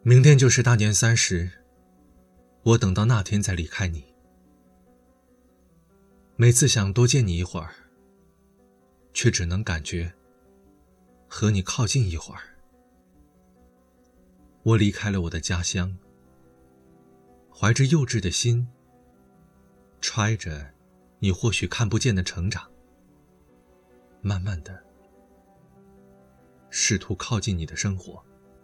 明天就是大年30，我等到那天再离开你。每次想多见你一会儿，却只能感觉和你靠近一会儿。我离开了我的家乡，怀着幼稚的心，揣着你或许看不见的成长，慢慢的试图靠近你的生活。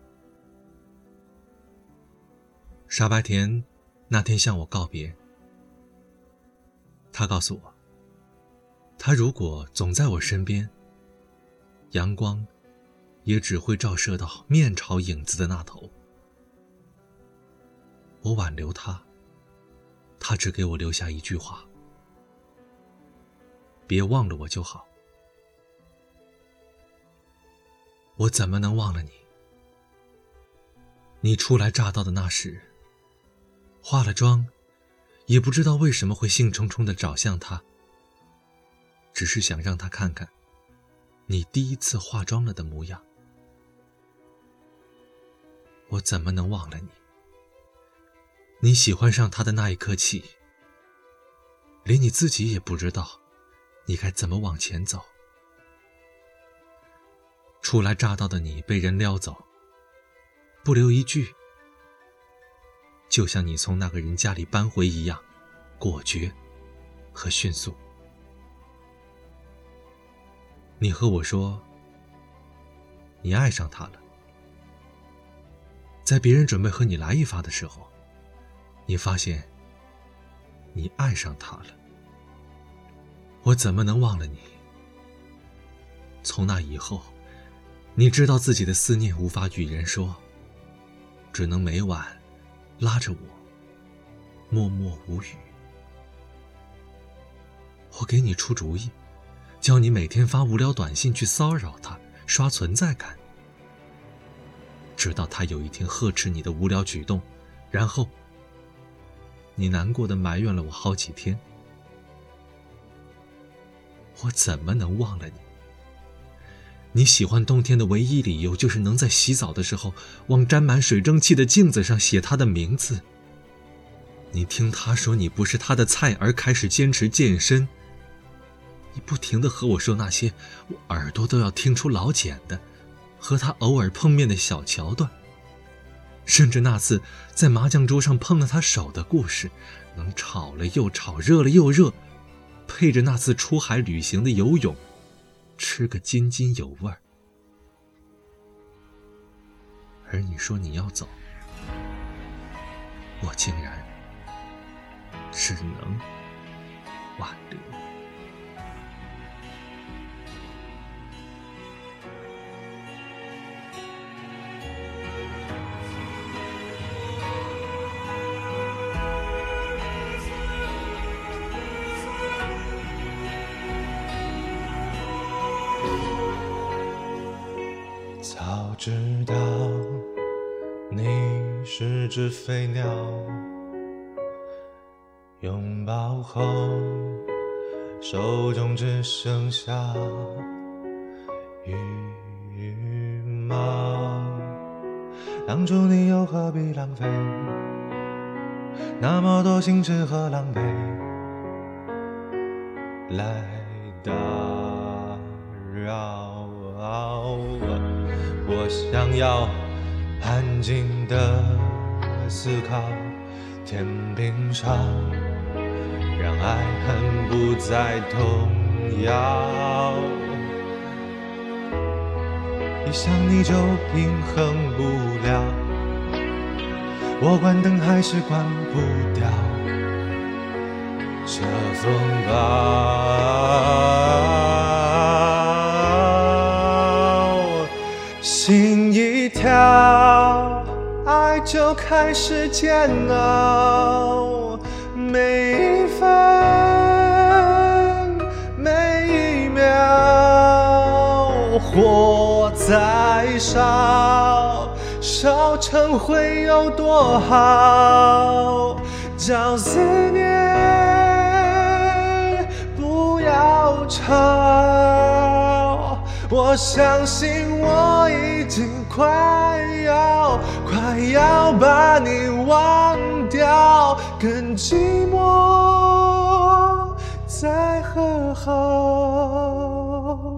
傻白甜那天向我告别，他告诉我，他如果总在我身边，阳光也只会照射到面朝影子的那头。我挽留他，他只给我留下一句话：别忘了我就好。我怎么能忘了你？你初来乍到的那时，化了妆，也不知道为什么会兴冲冲地找向他，只是想让他看看你第一次化妆了的模样。我怎么能忘了你？你喜欢上他的那一刻起，连你自己也不知道你该怎么往前走。初来乍到的你被人撩走，不留一句，就像你从那个人家里搬回一样，果决和迅速。你和我说你爱上他了，在别人准备和你来一发的时候，你发现你爱上他了。我怎么能忘了你？从那以后，你知道自己的思念无法与人说，只能每晚拉着我默默无语。我给你出主意，叫你每天发无聊短信去骚扰他，刷存在感，直到他有一天呵斥你的无聊举动，然后你难过地埋怨了我好几天。我怎么能忘了你？你喜欢冬天的唯一理由就是能在洗澡的时候往沾满水蒸气的镜子上写他的名字。你听他说你不是他的菜而开始坚持健身，你不停地和我说那些我耳朵都要听出老茧的和他偶尔碰面的小桥段，甚至那次在麻将桌上碰了他手的故事，能炒了又炒，热了又热，配着那次出海旅行的游泳，吃个津津有味儿。而你说你要走，我竟然只能挽留。 早知道你是只飞鸟，拥抱后手中只剩下羽毛。当初你又何必浪费那么多心事和狼狈来打扰？我想要安静的思考，天平上让爱恨不再动摇。一想你就平衡不了，我关灯还是关不掉这风暴。心一跳，爱就开始煎熬，每一分每一秒火在烧，烧成灰有多好？叫思念不要吵， 我相信我已经快要把你忘掉，跟寂寞再和好。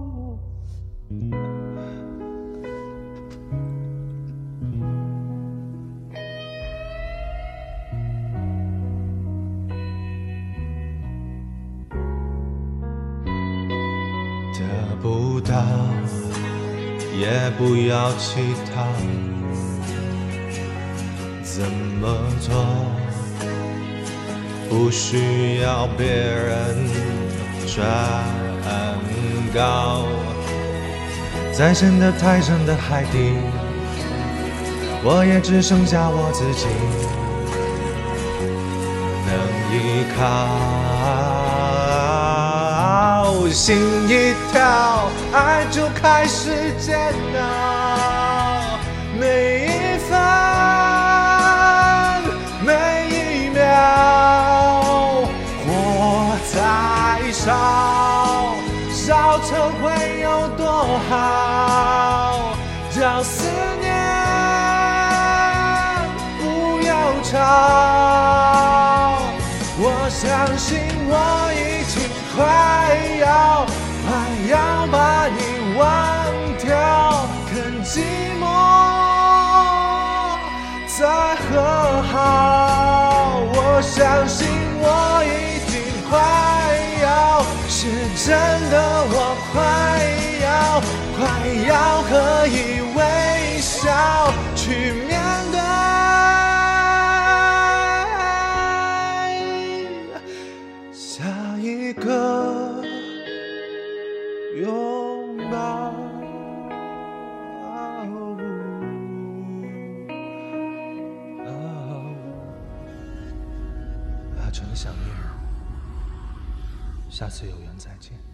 得不到，也不要乞讨，怎么做不需要别人转告。再深的太深的海底，我也只剩下我自己能依靠。心一跳，爱就开始煎熬，每一分每一秒，火再烧，烧成会有多好？叫思念不要吵，我相信我已经快要把你忘掉，跟寂寞再和好。我相信我已经是真的，我快要可以微笑去面对下一个拥抱。阿成想念，下次有缘再见。